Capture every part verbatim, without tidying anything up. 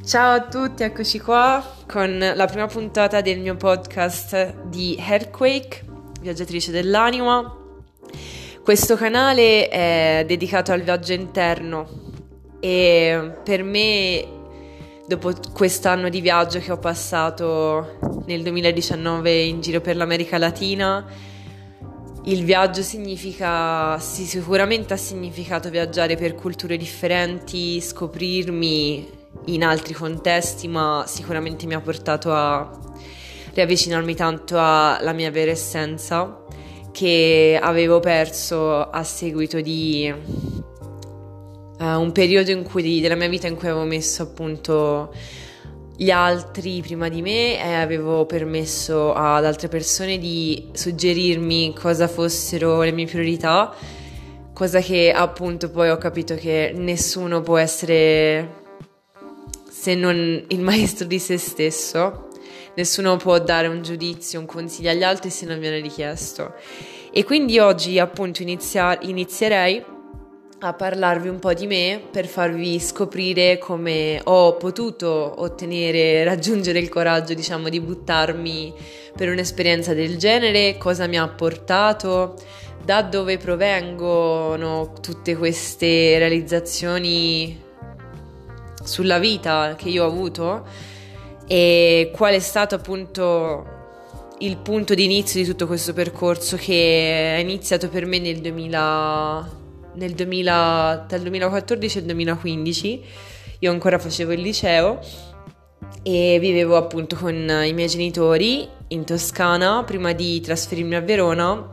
Ciao a tutti, eccoci qua con la prima puntata del mio podcast di Earthquake, viaggiatrice dell'anima. Questo canale è dedicato al viaggio interno e per me, dopo quest'anno di viaggio che ho passato nel duemiladiciannove in giro per l'America Latina, il viaggio significa, sì, sicuramente ha significato viaggiare per culture differenti, scoprirmi in altri contesti, ma sicuramente mi ha portato a riavvicinarmi tanto alla mia vera essenza che avevo perso a seguito di uh, un periodo in cui, della mia vita in cui avevo messo appunto gli altri prima di me e avevo permesso ad altre persone di suggerirmi cosa fossero le mie priorità, cosa che appunto poi ho capito che nessuno può essere se non il maestro di se stesso. Nessuno può dare un giudizio, un consiglio agli altri se non viene richiesto. E quindi oggi appunto inizia- inizierei a parlarvi un po' di me per farvi scoprire come ho potuto ottenere, raggiungere il coraggio, diciamo, di buttarmi per un'esperienza del genere, cosa mi ha portato, da dove provengono tutte queste realizzazioni sulla vita che io ho avuto e qual è stato appunto il punto di inizio di tutto questo percorso che è iniziato per me nel duemila, nel duemila, dal duemilaquattordici al duemilaquindici. Io ancora facevo il liceo e vivevo appunto con i miei genitori in Toscana prima di trasferirmi a Verona.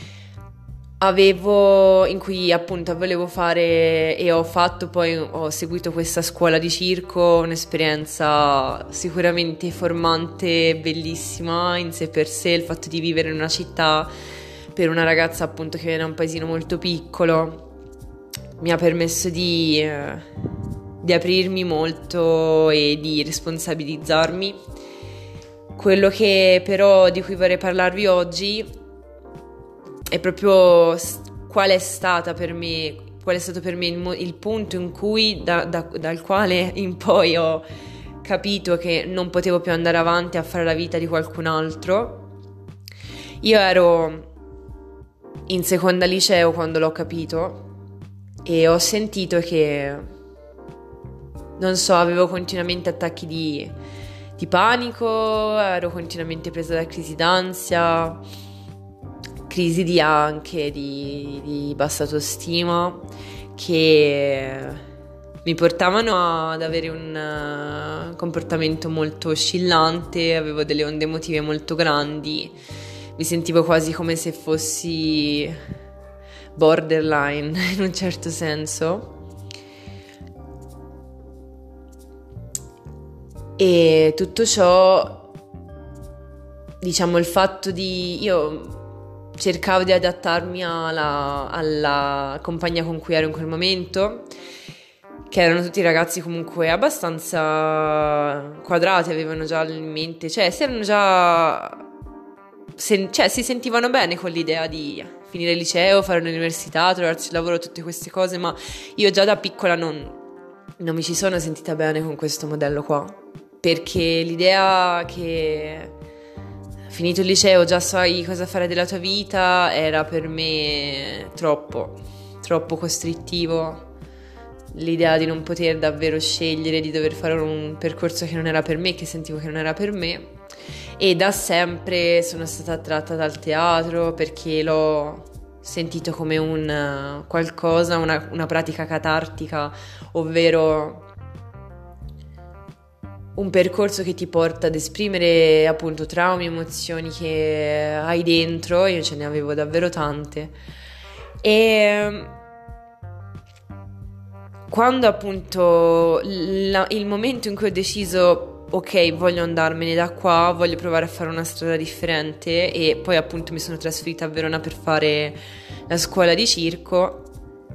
Avevo, in cui appunto volevo fare e ho fatto, poi ho seguito questa scuola di circo, un'esperienza sicuramente formante, bellissima in sé per sé, il fatto di vivere in una città per una ragazza appunto che viene da un paesino molto piccolo mi ha permesso di, eh, di aprirmi molto e di responsabilizzarmi. Quello che però di cui vorrei parlarvi oggi è proprio qual è stata per me, qual è stato per me il, mo- il punto in cui, da, da, dal quale in poi ho capito che non potevo più andare avanti a fare la vita di qualcun altro. Io ero in seconda liceo quando l'ho capito e ho sentito che, non so, avevo continuamente attacchi di, di panico, ero continuamente presa da crisi d'ansia, crisi di anche di, di bassa autostima che mi portavano ad avere un uh, comportamento molto oscillante, avevo delle onde emotive molto grandi, mi sentivo quasi come se fossi borderline in un certo senso. E tutto ciò, diciamo, il fatto di io cercavo di adattarmi alla, alla compagnia con cui ero in quel momento, che erano tutti ragazzi comunque abbastanza quadrati, avevano già in mente, cioè si erano già sen- cioè si sentivano bene con l'idea di finire il liceo, fare l'università, trovarsi il lavoro, tutte queste cose, ma io già da piccola non, non mi ci sono sentita bene con questo modello qua, perché l'idea che finito il liceo già sai cosa fare della tua vita era per me troppo, troppo costrittivo. L'idea di non poter davvero scegliere, di dover fare un percorso che non era per me, che sentivo che non era per me. E da sempre sono stata attratta dal teatro perché l'ho sentito come un qualcosa, una, una pratica catartica, ovvero un percorso che ti porta ad esprimere appunto traumi, emozioni che hai dentro. Io ce ne avevo davvero tante e quando appunto la, il momento in cui ho deciso ok, voglio andarmene da qua, voglio provare a fare una strada differente, e poi appunto mi sono trasferita a Verona per fare la scuola di circo,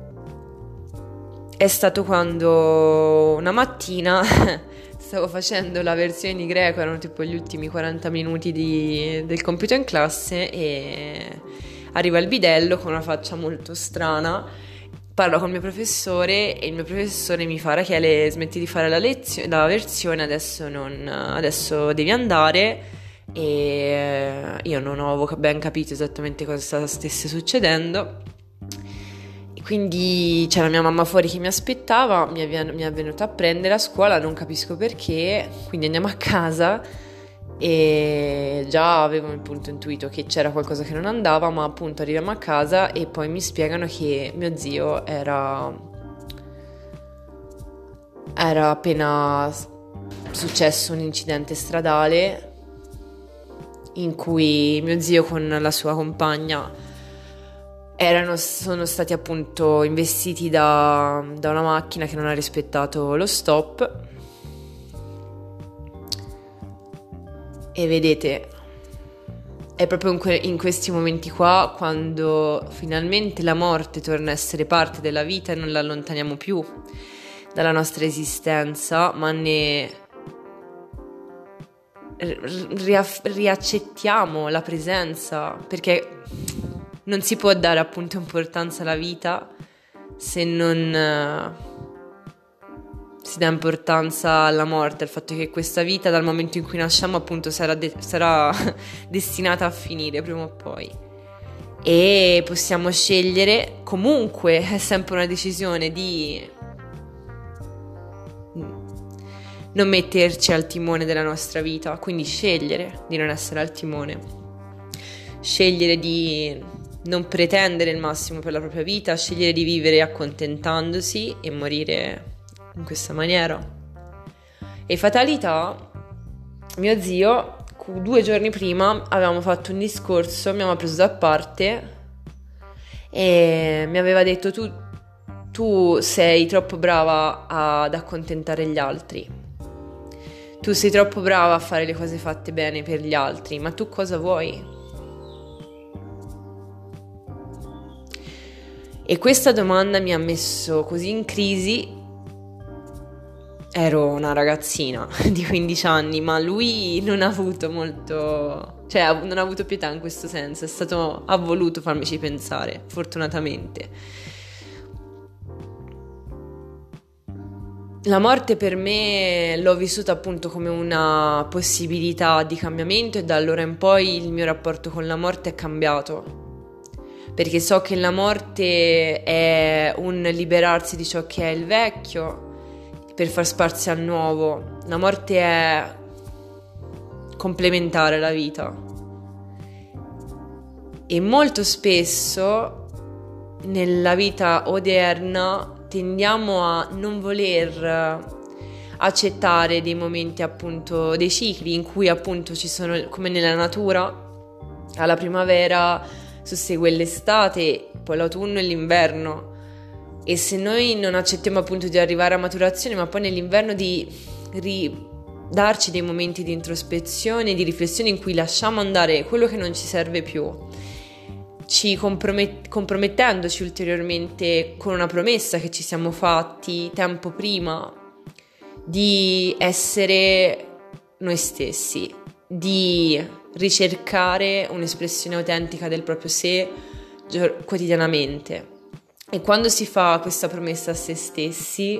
è stato quando una mattina stavo facendo la versione di greco, erano tipo gli ultimi quaranta minuti di, del compito in classe, e arriva il bidello con una faccia molto strana parlo con il mio professore e il mio professore mi fa: Rachele, smetti di fare la lezione, la versione, adesso, non, adesso devi andare. E io non ho ben capito esattamente cosa stesse succedendo. E quindi c'era mia mamma fuori che mi aspettava, mi è, mi è venuta a prendere a scuola, non capisco perché, quindi andiamo a casa. E già avevo appunto intuito che c'era qualcosa che non andava, ma appunto arriviamo a casa e poi mi spiegano che mio zio era era appena successo un incidente stradale in cui mio zio con la sua compagna erano, sono stati appunto investiti da, da una macchina che non ha rispettato lo stop. E vedete, è proprio in, que- in questi momenti qua, quando finalmente la morte torna a essere parte della vita e non la allontaniamo più dalla nostra esistenza, ma ne ri- riaccettiamo la presenza, perché non si può dare appunto importanza alla vita se non si dà importanza alla morte, al fatto che questa vita dal momento in cui nasciamo appunto sarà, de- sarà destinata a finire prima o poi, e possiamo scegliere, comunque è sempre una decisione, di non metterci al timone della nostra vita, quindi scegliere di non essere al timone, scegliere di non pretendere il massimo per la propria vita, scegliere di vivere accontentandosi e morire in questa maniera. E fatalità, mio zio due giorni prima avevamo fatto un discorso, mi aveva preso da parte e mi aveva detto: tu, tu sei troppo brava ad accontentare gli altri, tu sei troppo brava a fare le cose fatte bene per gli altri, ma tu cosa vuoi? E questa domanda mi ha messo così in crisi. Ero una ragazzina di quindici anni, ma lui non ha avuto molto, cioè non ha avuto pietà in questo senso, è stato, ha voluto farmici pensare, fortunatamente. La morte per me l'ho vissuta appunto come una possibilità di cambiamento, e da allora in poi il mio rapporto con la morte è cambiato, perché so che la morte è un liberarsi di ciò che è il vecchio per far spazio al nuovo. La morte è complementare alla vita, e molto spesso nella vita odierna tendiamo a non voler accettare dei momenti, appunto dei cicli in cui appunto ci sono, come nella natura, alla primavera sussegue l'estate, poi l'autunno e l'inverno. E se noi non accettiamo appunto di arrivare a maturazione, ma poi nell'inverno di ri- darci dei momenti di introspezione, di riflessione in cui lasciamo andare quello che non ci serve più, ci compromet- compromettendoci ulteriormente con una promessa che ci siamo fatti tempo prima di essere noi stessi, di ricercare un'espressione autentica del proprio sé gior- quotidianamente. E quando si fa questa promessa a se stessi,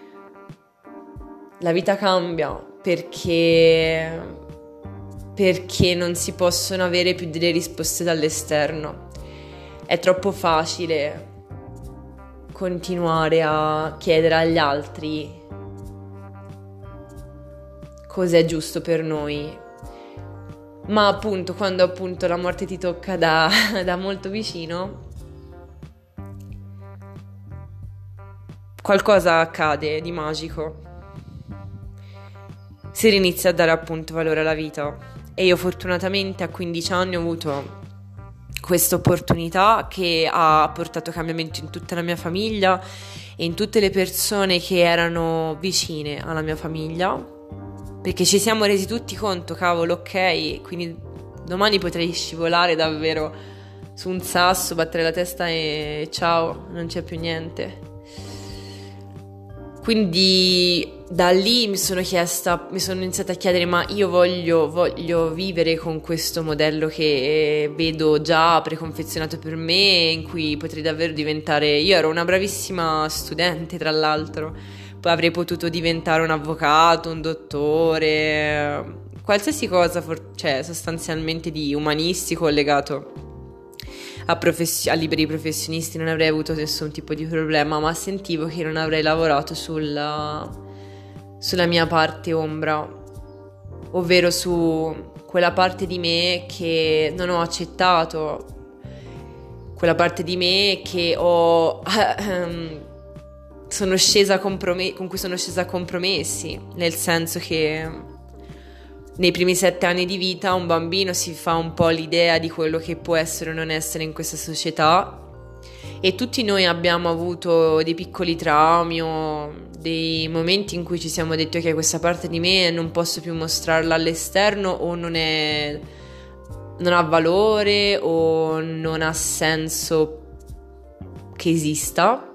la vita cambia, perché, perché non si possono avere più delle risposte dall'esterno. È troppo facile continuare a chiedere agli altri cosa è giusto per noi, ma appunto quando appunto la morte ti tocca da, da molto vicino, qualcosa accade di magico, si inizia a dare appunto valore alla vita. E io fortunatamente a quindici anni ho avuto questa opportunità che ha portato cambiamento in tutta la mia famiglia e in tutte le persone che erano vicine alla mia famiglia, perché ci siamo resi tutti conto, cavolo, ok, quindi domani potrei scivolare davvero su un sasso, battere la testa e ciao, non c'è più niente. Quindi da lì mi sono chiesta, mi sono iniziata a chiedere: ma io voglio, voglio vivere con questo modello che vedo già preconfezionato per me, in cui potrei davvero diventare... Io ero una bravissima studente, tra l'altro, poi avrei potuto diventare un avvocato, un dottore, qualsiasi cosa, for- cioè sostanzialmente di umanistico legato a, profes- a liberi professionisti. Non avrei avuto nessun tipo di problema, ma sentivo che non avrei lavorato sulla, sulla mia parte ombra, ovvero su quella parte di me che non ho accettato, quella parte di me che ho sono scesa a comprome- con cui sono scesa a compromessi, nel senso che nei primi sette anni di vita un bambino si fa un po' l'idea di quello che può essere o non essere in questa società, e tutti noi abbiamo avuto dei piccoli traumi o dei momenti in cui ci siamo detti: ok, questa parte di me non posso più mostrarla all'esterno, o non è, non ha valore, o non ha senso che esista.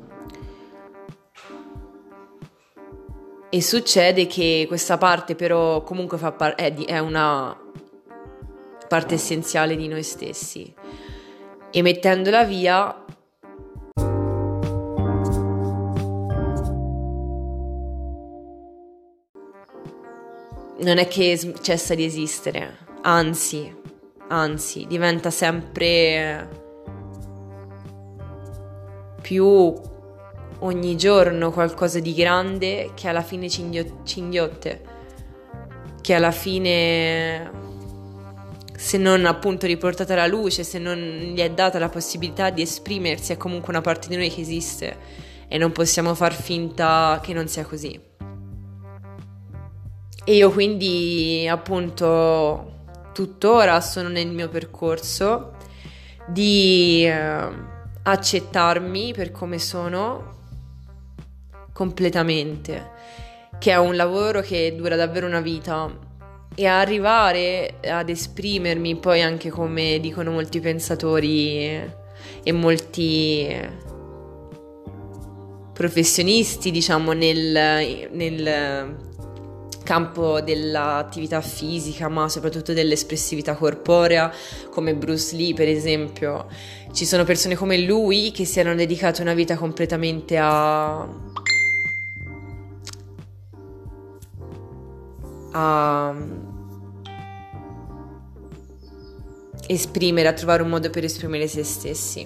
E succede che questa parte però comunque fa par- è, di- è una parte essenziale di noi stessi, e mettendola via non è che s- cessa di esistere, anzi, anzi, diventa sempre più ogni giorno qualcosa di grande, che alla fine ci, inghio- ci inghiotte, che alla fine, se non appunto riportata alla luce, se non gli è data la possibilità di esprimersi, è comunque una parte di noi che esiste, e non possiamo far finta che non sia così. E io quindi appunto tuttora sono nel mio percorso di eh, accettarmi per come sono completamente, che è un lavoro che dura davvero una vita, e arrivare ad esprimermi poi anche come dicono molti pensatori e molti professionisti, diciamo, nel, nel campo dell'attività fisica, ma soprattutto dell'espressività corporea, come Bruce Lee per esempio. Ci sono persone come lui che si erano dedicate una vita completamente a a esprimere, a trovare un modo per esprimere se stessi.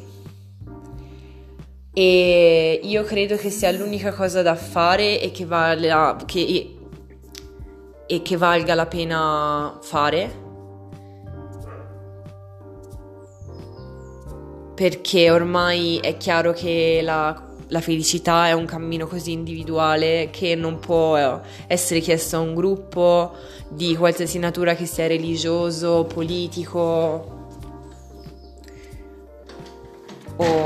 E io credo che sia l'unica cosa da fare e che valga, che, e che valga la pena fare, perché ormai è chiaro che la La felicità è un cammino così individuale che non può essere chiesto a un gruppo di qualsiasi natura, che sia religioso, politico o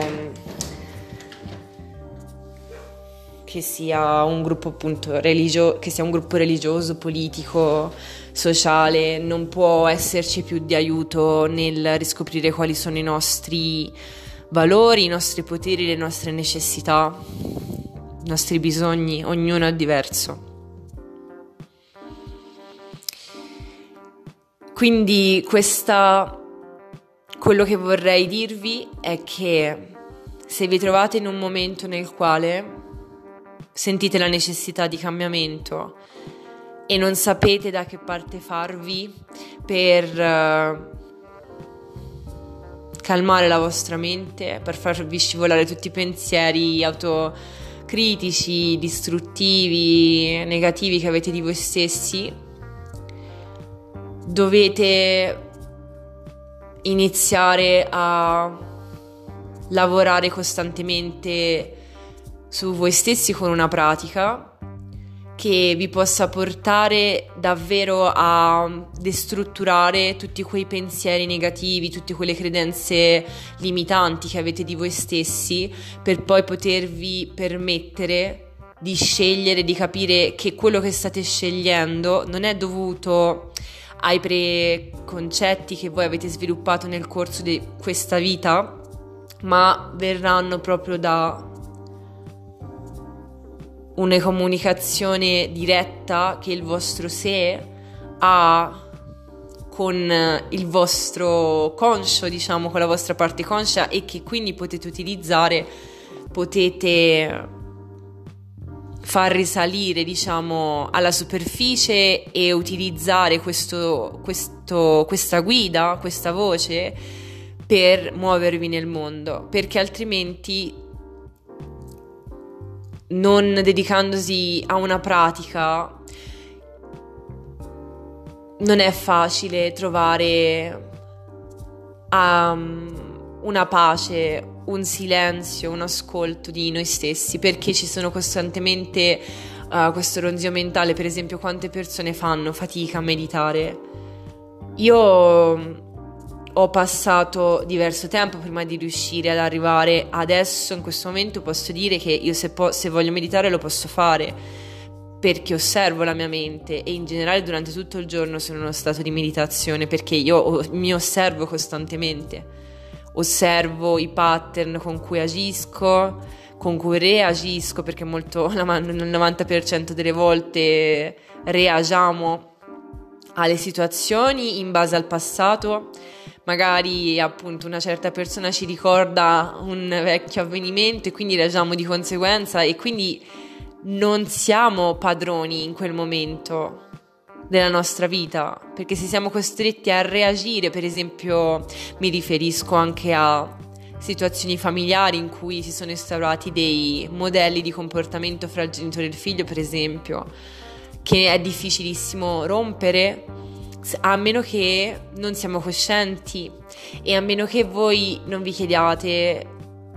che sia un gruppo appunto religio- che sia un gruppo religioso, politico, sociale. Non può esserci più di aiuto nel riscoprire quali sono i nostri valori, i nostri poteri, le nostre necessità, i nostri bisogni. Ognuno è diverso. Quindi questa, quello che vorrei dirvi è che se vi trovate in un momento nel quale sentite la necessità di cambiamento e non sapete da che parte farvi per uh, calmare la vostra mente, per farvi scivolare tutti i pensieri autocritici, distruttivi, negativi che avete di voi stessi, dovete iniziare a lavorare costantemente su voi stessi con una pratica che vi possa portare davvero a destrutturare tutti quei pensieri negativi, tutte quelle credenze limitanti che avete di voi stessi, per poi potervi permettere di scegliere, di capire che quello che state scegliendo non è dovuto ai preconcetti che voi avete sviluppato nel corso di questa vita, ma verranno proprio da una comunicazione diretta che il vostro sé ha con il vostro conscio, diciamo, con la vostra parte conscia, e che quindi potete utilizzare, potete far risalire, diciamo, alla superficie e utilizzare questo, questo, questa guida, questa voce per muovervi nel mondo, perché altrimenti, non dedicandosi a una pratica, non è facile trovare um, una pace, un silenzio, un ascolto di noi stessi, perché ci sono costantemente uh, questo ronzio mentale. Per esempio, quante persone fanno fatica a meditare? Io ho passato diverso tempo prima di riuscire ad arrivare adesso. In questo momento posso dire che io se, po- se voglio meditare lo posso fare, perché osservo la mia mente, e in generale durante tutto il giorno sono in uno stato di meditazione, perché io mi osservo costantemente. Osservo i pattern con cui agisco, con cui reagisco, perché molto, nel novanta per cento delle volte reagiamo alle situazioni in base al passato. Magari appunto una certa persona ci ricorda un vecchio avvenimento e quindi reagiamo di conseguenza, e quindi non siamo padroni in quel momento della nostra vita, perché se siamo costretti a reagire, per esempio mi riferisco anche a situazioni familiari in cui si sono instaurati dei modelli di comportamento fra il genitore e il figlio, per esempio, che è difficilissimo rompere, a meno che non siamo coscienti e a meno che voi non vi chiediate: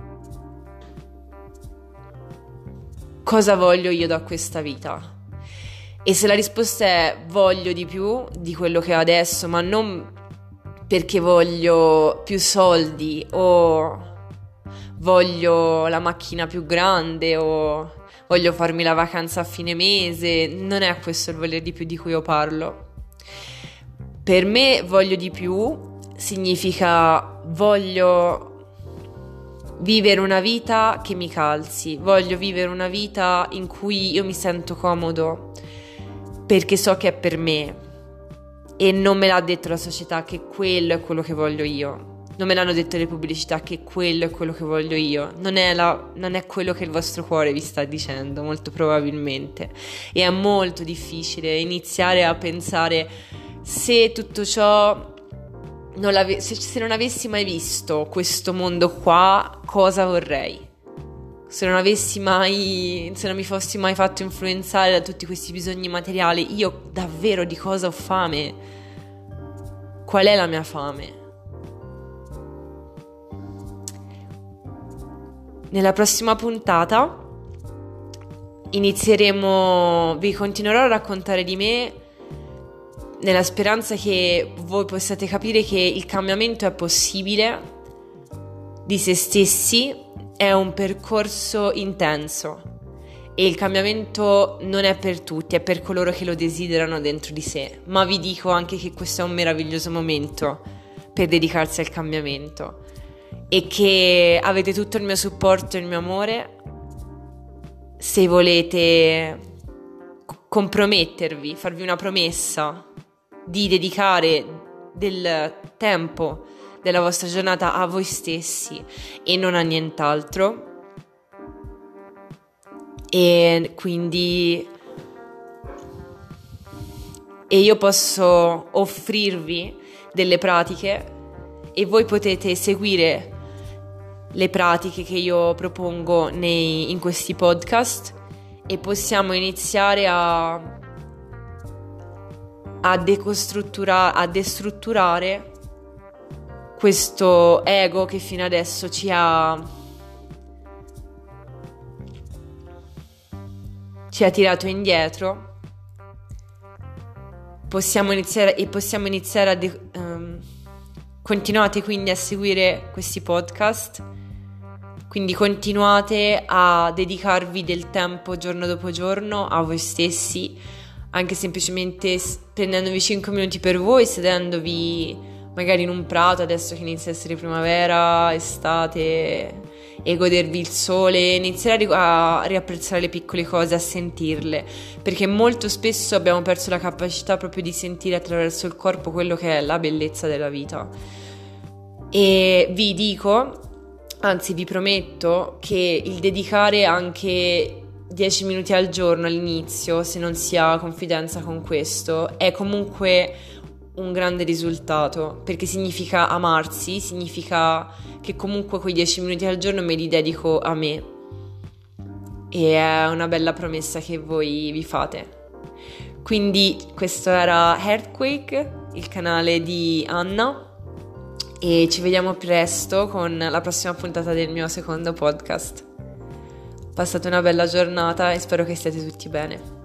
cosa voglio io da questa vita? E se la risposta è voglio di più di quello che ho adesso, ma non perché voglio più soldi o voglio la macchina più grande o voglio farmi la vacanza a fine mese, non è questo il voler di più di cui io parlo. Per me voglio di più significa voglio vivere una vita che mi calzi, voglio vivere una vita in cui io mi sento comodo, perché so che è per me, e non me l'ha detto la società che quello è quello che voglio io, non me l'hanno detto le pubblicità che quello è quello che voglio io, non è, la, non è quello che il vostro cuore vi sta dicendo, molto probabilmente. E è molto difficile iniziare a pensare: se tutto ciò non l'ave- se, se non avessi mai visto questo mondo qua, cosa vorrei? Se non avessi mai, se non mi fossi mai fatto influenzare da tutti questi bisogni materiali, io davvero di cosa ho fame? Qual è la mia fame? Nella prossima puntata inizieremo, vi continuerò a raccontare di me, nella speranza che voi possiate capire che il cambiamento è possibile di se stessi. È un percorso intenso e il cambiamento non è per tutti, è per coloro che lo desiderano dentro di sé, ma vi dico anche che questo è un meraviglioso momento per dedicarsi al cambiamento e che avete tutto il mio supporto e il mio amore se volete compromettervi, farvi una promessa di dedicare del tempo della vostra giornata a voi stessi e non a nient'altro. E quindi e io posso offrirvi delle pratiche e voi potete seguire le pratiche che io propongo nei, in questi podcast, e possiamo iniziare a a decostrutturare, a destrutturare questo ego che fino adesso ci ha ci ha tirato indietro. Possiamo iniziare e possiamo iniziare a de- um, continuate quindi a seguire questi podcast, quindi continuate a dedicarvi del tempo giorno dopo giorno a voi stessi, anche semplicemente prendendovi cinque minuti per voi, sedendovi magari in un prato adesso che inizia a essere primavera, estate, e godervi il sole, iniziare a riapprezzare le piccole cose, a sentirle, perché molto spesso abbiamo perso la capacità proprio di sentire attraverso il corpo quello che è la bellezza della vita. E vi dico, anzi vi prometto, che il dedicare anche dieci minuti al giorno all'inizio, se non si ha confidenza con questo, è comunque un grande risultato, perché significa amarsi, significa che comunque quei dieci minuti al giorno me li dedico a me, e è una bella promessa che voi vi fate. Quindi questo era Earthquake, il canale di Anna, e ci vediamo presto con la prossima puntata del mio secondo podcast. Passate una bella giornata e spero che stiate tutti bene.